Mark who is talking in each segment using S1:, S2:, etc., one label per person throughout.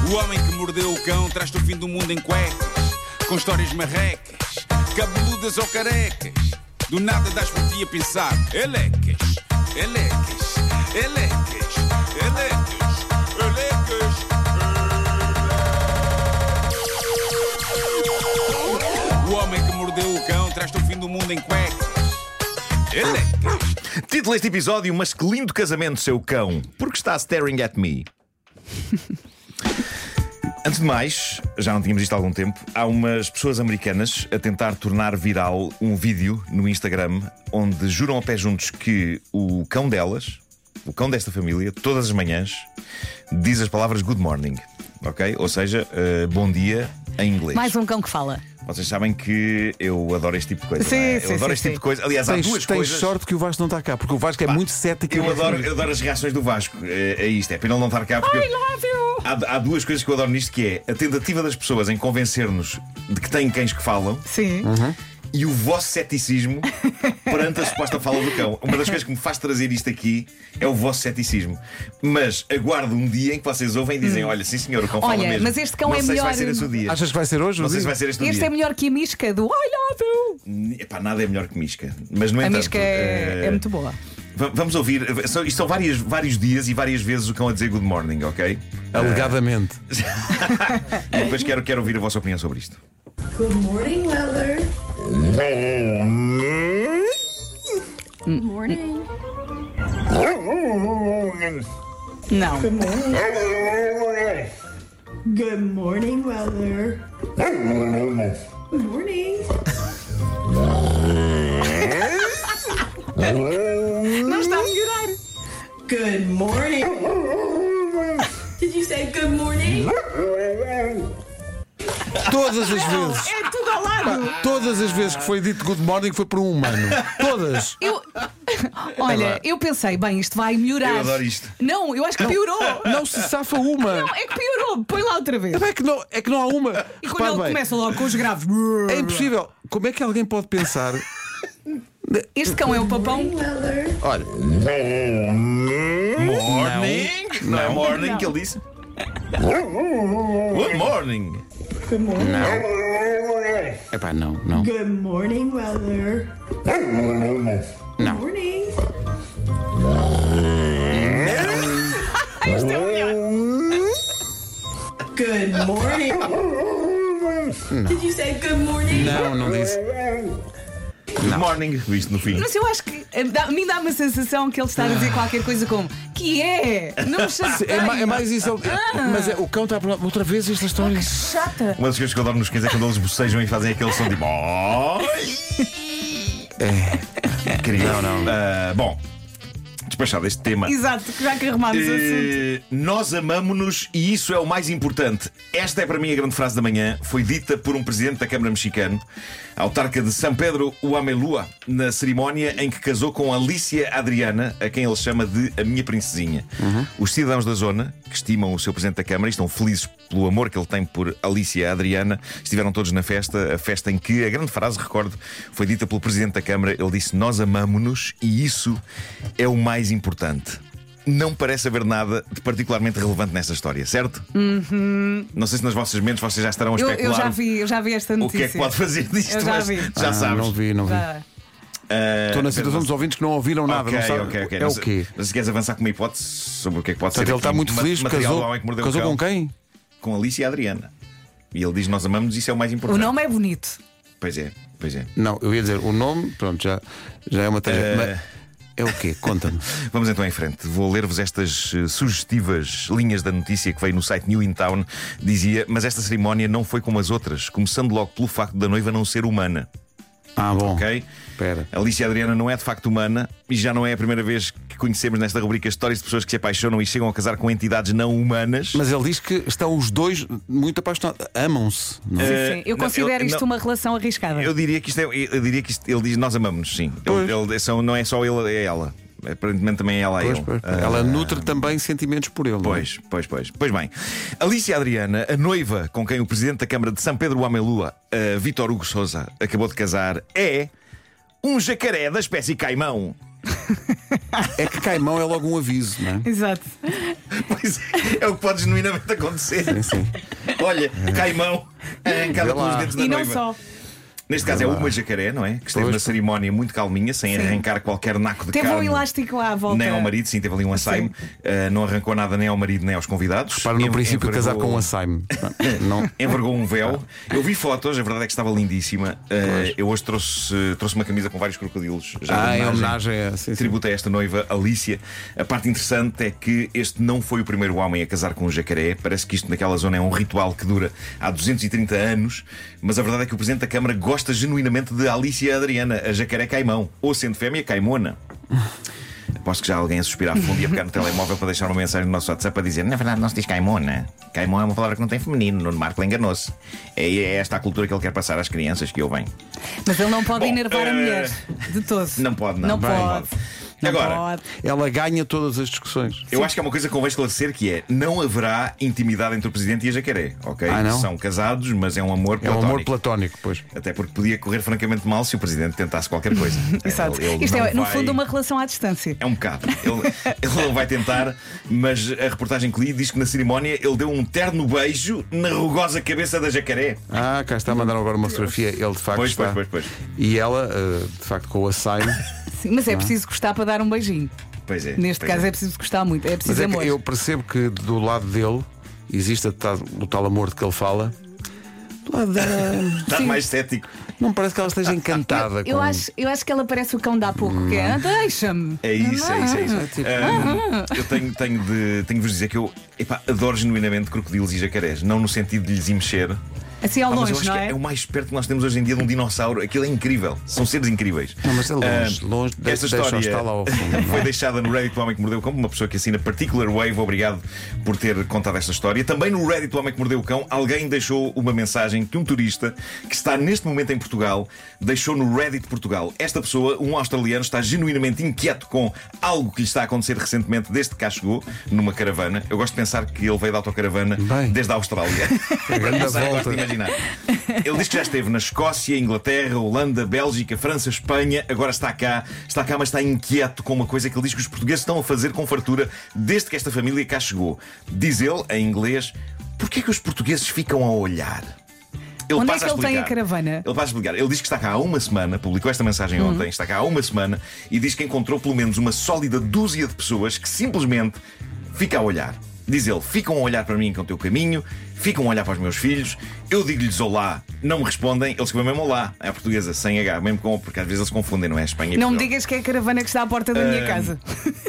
S1: O homem que mordeu o cão traz-te o fim do mundo em cuecas, com histórias marrecas, cabeludas ou carecas. Do nada das por ti a pensar: elecas, elecas, elecas, elecas, elecas. O homem que mordeu o cão traz-te o fim do mundo em cuecas, elecas.
S2: Título deste episódio: Mas que lindo casamento, seu cão. Porque está staring at me. Antes de mais, já não tínhamos isto há algum tempo, há umas pessoas americanas a tentar tornar viral um vídeo no Instagram onde juram a pé juntos que o cão delas, o cão desta família, todas as manhãs, diz as palavras good morning, ok? Ou seja, bom dia em inglês.
S3: Mais um cão que fala.
S2: Vocês sabem que eu adoro este tipo de coisa.
S3: Sim,
S2: não é?
S3: sim,
S2: Eu adoro
S3: sim,
S2: este tipo
S3: sim.
S2: de coisa. Aliás, há duas
S4: Tens
S2: coisas.
S4: sorte que o Vasco não está cá, porque o Vasco é muito cético.
S2: Eu adoro as reações do Vasco a isto. É pena ele não estar cá porque há duas coisas que eu adoro nisto, que é a tentativa das pessoas em convencer-nos de que têm cães que falam.
S3: Sim.
S2: E o vosso ceticismo perante a suposta fala do cão. Uma das coisas que me faz trazer isto aqui é o vosso ceticismo. Mas aguardo um dia em que vocês ouvem e dizem: olha, sim senhor, o cão fala mesmo.
S3: Mas este cão
S2: não
S3: é
S2: sei
S3: melhor.
S2: Se vai ser esse o dia.
S4: Achas que vai ser hoje?
S2: Não sei se vai ser este o
S3: Este
S2: dia.
S3: é melhor que a Misca do I love you.
S2: Epá, nada é melhor que Misca. Mas no
S3: A
S2: entanto,
S3: Misca é muito boa.
S2: Vamos ouvir. Isto são vários dias e várias vezes o cão a dizer good morning, ok?
S4: Alegadamente.
S2: E depois quero ouvir a vossa opinião sobre isto.
S5: Good morning, Weller. Good morning.
S3: Não.
S5: Good morning, Weller. Good morning.
S3: Não está a melhorar.
S5: Good morning. Did you say good morning?
S4: Todas as vezes.
S3: É tudo ao lado.
S4: Todas as vezes que foi dito good morning foi por um humano. Todas.
S3: Olha, eu pensei, bem, isto vai melhorar.
S2: Eu adoro isto.
S3: Não, eu acho que piorou.
S4: Não se safa uma.
S3: Não, é que piorou. Põe lá outra vez.
S4: É que não há uma.
S3: E quando
S4: Repare
S3: ele
S4: bem,
S3: começa logo com os graves.
S4: é impossível. Como é que alguém pode pensar?
S3: Este cão é o papão.
S5: Weller.
S4: Olha,
S2: Morning? Não é morning que ele disse? Good morning.
S4: epá, não.
S5: Good morning, Weller.
S4: Não.
S5: Morning.
S3: Isto é o melhor.
S5: Good morning. Did you say good morning?
S4: Não disse.
S2: Good morning. Visto no fim.
S3: Mas eu acho que a mim dá uma sensação que ele está a dizer qualquer coisa como que é? Não me chateia.
S4: É mais isso. Mas o cão está a perguntar outra vez esta história.
S3: Chata.
S2: Uma das coisas que eu adoro nos cães é quando eles bocejam e fazem aquele som de incrível.
S4: Não.
S2: Bom, despachado este tema.
S3: Exato, já que arrumámos o assunto.
S2: Nós amamo-nos e isso é o mais importante. Esta é para mim a grande frase da manhã. Foi dita por um presidente da Câmara mexicano, autarca de San Pedro Uamelua, na cerimónia em que casou com Alicia Adriana, a quem ele chama de a minha princesinha. Os cidadãos da zona, que estimam o seu presidente da Câmara e estão felizes pelo amor que ele tem por Alicia Adriana, estiveram todos na festa, a festa em que a grande frase, recordo, foi dita pelo presidente da Câmara. Ele disse: nós amamo-nos e isso é o mais importante. Não parece haver nada de particularmente relevante nesta história, certo? Não sei se nas vossas mentes vocês já estarão a especular.
S3: Eu já vi esta
S2: o
S3: notícia.
S2: que é que pode fazer disto,
S3: Eu já
S2: mas
S3: vi.
S2: já sabes.
S4: Não vi.
S3: Já.
S4: Estou na situação dos ouvintes que não ouviram nada.
S2: Ok,
S4: não sabem.
S2: ok.
S4: É o quê?
S2: Mas se queres avançar com uma hipótese sobre o que é que pode
S4: Portanto,
S2: ser
S4: ele está
S2: aqui,
S4: muito feliz,
S2: material do homem que mordeu o
S4: casou
S2: cão.
S4: com quem?
S2: Com Alicia Adriana. E ele diz: nós amamos, isso é o mais
S3: O
S2: importante.
S3: nome é bonito.
S2: Pois é.
S4: Não, eu ia dizer o nome, pronto, já é uma tarefa. Mas é o quê? Conta-me.
S2: Vamos então em frente. Vou ler-vos estas sugestivas linhas da notícia que veio no site New in Town. Dizia: mas esta cerimónia não foi como as outras, começando logo pelo facto da noiva não ser humana.
S4: Bom.
S2: Ok?
S4: Espera.
S2: Alicia Adriana não é de facto humana e já não é a primeira vez que conhecemos nesta rubrica histórias de pessoas que se apaixonam e chegam a casar com entidades não humanas.
S4: Mas ele diz que estão os dois muito apaixonados. Amam-se. Não é?
S3: Sim, eu
S2: não,
S3: considero
S2: eu-
S3: isto
S2: não.
S3: uma relação arriscada.
S2: Eu diria que isto ele diz: nós amamos-nos, sim. Não é só ele, é ela. Aparentemente também é ela a ele.
S4: Pois. Ela nutre também sentimentos por ele. não é?
S2: Pois bem, Alicia Adriana, a noiva com quem o presidente da Câmara de São Pedro Uamelua, Vítor Hugo Sousa, acabou de casar, é um jacaré da espécie caimão.
S4: É que caimão é logo um aviso, não é?
S3: Exato.
S2: Pois é. É o que pode genuinamente acontecer.
S4: Sim.
S2: Olha, Caimão arrancada pelos dedos da
S3: E não
S2: noiva.
S3: só.
S2: Neste caso é uma jacaré, não é? Que esteve na cerimónia muito calminha, sem arrancar qualquer naco de
S3: Teve
S2: carne.
S3: um elástico lá à volta.
S2: Nem ao marido, sim, teve ali um assaime. Não arrancou nada nem ao marido nem aos convidados.
S4: Para no princípio casar com um assaime. Não.
S2: Envergou um véu. Eu vi fotos, a verdade é que estava lindíssima. Eu hoje trouxe uma camisa com vários crocodilos. Já
S4: Em homenagem a. Sim.
S2: Tributo a esta noiva, Alicia. A parte interessante é que este não foi o primeiro homem a casar com um jacaré. Parece que isto naquela zona é um ritual que dura há 230 anos. Mas a verdade é que o Presidente da Câmara gosta genuinamente de Alicia Adriana, a jacaré Caimão. Ou sendo fêmea, Caimona. Aposto que já alguém a suspirar fundo e a pegar no telemóvel para deixar uma mensagem no nosso WhatsApp a dizer: na verdade não se diz Caimona. Caimão é uma palavra que não tem feminino. Nuno Marco enganou-se. É esta a cultura que ele quer passar às crianças que ouvem.
S3: Mas ele não pode enervar a mulher de todo.
S2: Não pode, não.
S3: Não
S2: Bem,
S3: pode. Não
S2: Agora,
S3: pode.
S4: Ela ganha todas as discussões.
S2: eu acho que há uma coisa que convém esclarecer, que é: não haverá intimidade entre o Presidente e a jacaré, ok?
S4: Não?
S2: São casados, mas é um amor
S4: É um
S2: platónico.
S4: amor platónico, pois.
S2: Até porque podia correr francamente mal se o Presidente tentasse qualquer coisa.
S3: Exato.
S2: Ele
S3: Isto
S2: não
S3: é, no
S2: vai-
S3: fundo, uma relação à distância.
S2: É um bocado. Ele não vai tentar, mas a reportagem que li diz que na cerimónia ele deu um terno beijo na rugosa cabeça da jacaré.
S4: Cá está a mandar agora uma fotografia. Ele de facto
S2: Pois,
S4: está.
S2: pois.
S4: E ela, de facto, com o assaime.
S3: Sim, mas é preciso gostar para dar um beijinho.
S2: Pois é.
S3: Neste
S2: pois
S3: caso é preciso gostar muito. É
S4: Mas
S3: preciso
S4: é que
S3: amor.
S4: eu percebo que do lado dele existe o tal amor de que ele fala. Do lado dela.
S2: Está mais cético.
S4: Não parece que ela esteja encantada
S3: Eu
S4: com.
S3: acho que ela parece o cão de há pouco, que é deixa-me.
S2: É isso.
S4: tipo-
S2: Eu tenho de vos dizer que eu adoro genuinamente crocodilos e jacarés. Não no sentido de lhes ir mexer.
S3: Assim ao
S2: Mas eu
S3: longe,
S2: acho
S3: não
S2: que
S3: é?
S2: é o mais perto que nós temos hoje em dia de um dinossauro. Aquilo é incrível. São seres incríveis.
S4: Não, mas é longe, longe.
S2: Esta
S4: Deixa
S2: história
S4: estar lá ao fundo. não
S2: foi
S4: é?
S2: deixada no Reddit do Homem que Mordeu o Cão, uma pessoa que assina Particular Wave. Obrigado por ter contado esta história. Também no Reddit do Homem que Mordeu o Cão, alguém deixou uma mensagem que um turista que está neste momento em Portugal deixou no Reddit de Portugal. Esta pessoa, um australiano, está genuinamente inquieto com algo que lhe está a acontecer recentemente desde que cá chegou, numa caravana. Eu gosto de pensar que ele veio da autocaravana
S4: Bem.
S2: desde a Austrália.
S4: grande
S2: Não sei, eu gosto
S4: volta.
S2: de imaginar. Ele diz que já esteve na Escócia, Inglaterra, Holanda, Bélgica, França, Espanha. Agora está cá, mas está inquieto com uma coisa que ele diz que os portugueses estão a fazer com fartura desde que esta família cá chegou. Diz ele, em inglês: porquê que os portugueses ficam a olhar?
S3: Onde é
S2: passa
S3: que ele tem a
S2: explicar.
S3: caravana?
S2: Ele passa a explicar. Ele diz que está cá há uma semana, publicou esta mensagem ontem, está cá há uma semana, e diz que encontrou pelo menos uma sólida dúzia de pessoas que simplesmente fica a olhar. Diz ele: ficam a olhar para mim enquanto eu caminho, ficam a olhar para os meus filhos, eu digo-lhes olá, não me respondem, eles escrevem mesmo olá, é a portuguesa, sem H, mesmo com, porque às vezes eles se confundem, não é? Espanha e
S3: Não me
S2: Portugal.
S3: digas que é a caravana que está à porta da minha casa.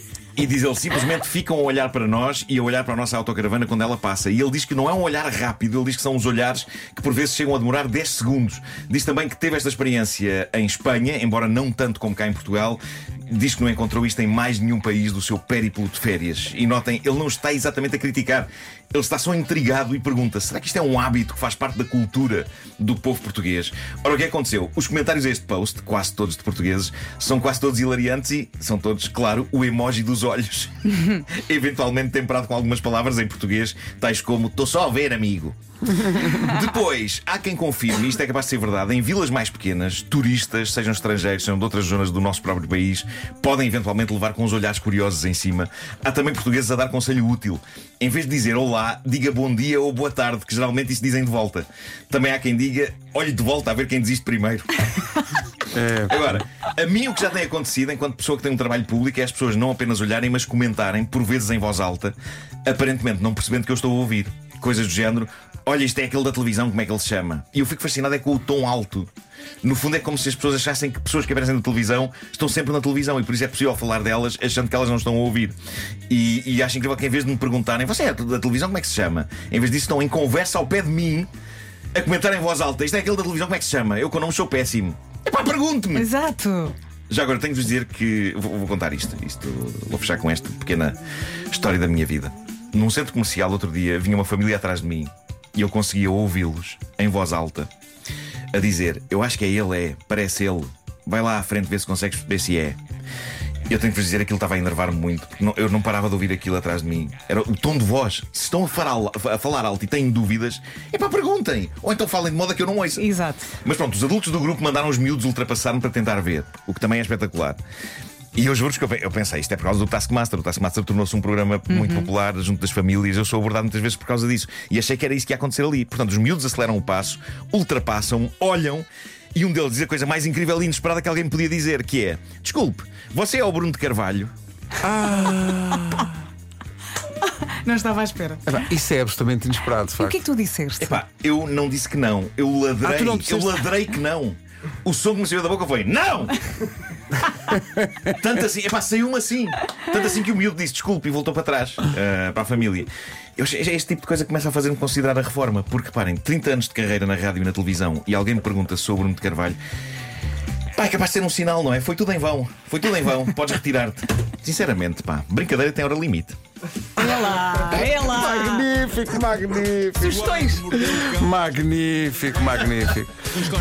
S2: E diz ele: simplesmente ficam a olhar para nós e a olhar para a nossa autocaravana quando ela passa. E ele diz que não é um olhar rápido, ele diz que são uns olhares que por vezes chegam a demorar 10 segundos. Diz também que teve esta experiência em Espanha, embora não tanto como cá em Portugal. Diz que não encontrou isto em mais nenhum país do seu périplo de férias. E notem, ele não está exatamente a criticar. Ele está só intrigado e pergunta: será que isto é um hábito que faz parte da cultura do povo português? Ora, o que aconteceu? Os comentários a este post, quase todos de portugueses, são quase todos hilariantes e são todos, claro, o emoji dos olhos. Eventualmente temperado com algumas palavras em português, tais como: estou só a ver, amigo. Depois, há quem confirme, isto é capaz de ser verdade, em vilas mais pequenas, turistas, sejam estrangeiros, sejam de outras zonas do nosso próprio país, podem eventualmente levar com os olhares curiosos em cima. Há também portugueses a dar conselho útil. Em vez de dizer olá, diga bom dia ou boa tarde, que geralmente isso dizem de volta. Também há quem diga: olhe de volta a ver quem desiste primeiro. Agora, a mim o que já tem acontecido enquanto pessoa que tem um trabalho público é as pessoas não apenas olharem, mas comentarem, por vezes em voz alta, aparentemente não percebendo que eu estou a ouvir. Coisas do género: olha, isto é aquele da televisão, como é que ele se chama? E eu fico fascinado com o tom alto. No fundo é como se as pessoas achassem que pessoas que aparecem na televisão estão sempre na televisão e por isso é possível falar delas achando que elas não estão a ouvir. E acho incrível que em vez de me perguntarem: você é da televisão, como é que se chama? Em vez disso estão em conversa ao pé de mim a comentar em voz alta: isto é aquele da televisão, como é que se chama? Eu com o nome sou péssimo. Epá, pergunte-me!
S3: Exato.
S2: Já agora tenho de vos dizer que vou contar isto. Vou fechar com esta pequena história da minha vida. Num centro comercial, outro dia, vinha uma família atrás de mim e eu conseguia ouvi-los em voz alta a dizer: eu acho que é ele, parece ele. Vai lá à frente ver se consegues perceber se é. Eu tenho que vos dizer que aquilo estava a enervar-me muito, porque eu não parava de ouvir aquilo atrás de mim. Era o tom de voz. Se estão a falar alto e têm dúvidas, perguntem. Ou então falem de modo a que eu não ouço.
S3: Exato.
S2: Mas pronto, os adultos do grupo mandaram os miúdos ultrapassar-me para tentar ver, o que também é espetacular. E eu juro que eu pensei, isto é por causa do Taskmaster. O Taskmaster tornou-se um programa muito popular junto das famílias. Eu sou abordado muitas vezes por causa disso. E achei que era isso que ia acontecer ali. Portanto, os miúdos aceleram o passo, ultrapassam, olham. E um deles diz a coisa mais incrível e inesperada que alguém me podia dizer, que é: desculpe, você é o Bruno de Carvalho?
S3: Não estava à espera.
S4: Isso é absolutamente inesperado, de
S3: E o
S4: facto.
S3: que é que tu disseste?
S2: Epá, eu não disse que não. Eu ladrei.
S4: tu não
S2: Eu
S4: disseste?
S2: ladrei que não. O som que me saiu da boca foi não! Tanto assim, epá, saiu-me assim. Tanto assim que o miúdo disse desculpe e voltou para trás, para a família. É este tipo de coisa que começa a fazer-me considerar a reforma. Porque reparem, 30 anos de carreira na rádio e na televisão e alguém me pergunta sobre o Bruno de Carvalho. Pá, é capaz de ser um sinal, não é? Foi tudo em vão. Foi tudo em vão. Podes retirar-te. Sinceramente, pá, brincadeira tem hora limite.
S3: Olha lá, olha lá.
S4: Magnífico, magnífico.
S3: Sugestões.
S4: Magnífico, magnífico.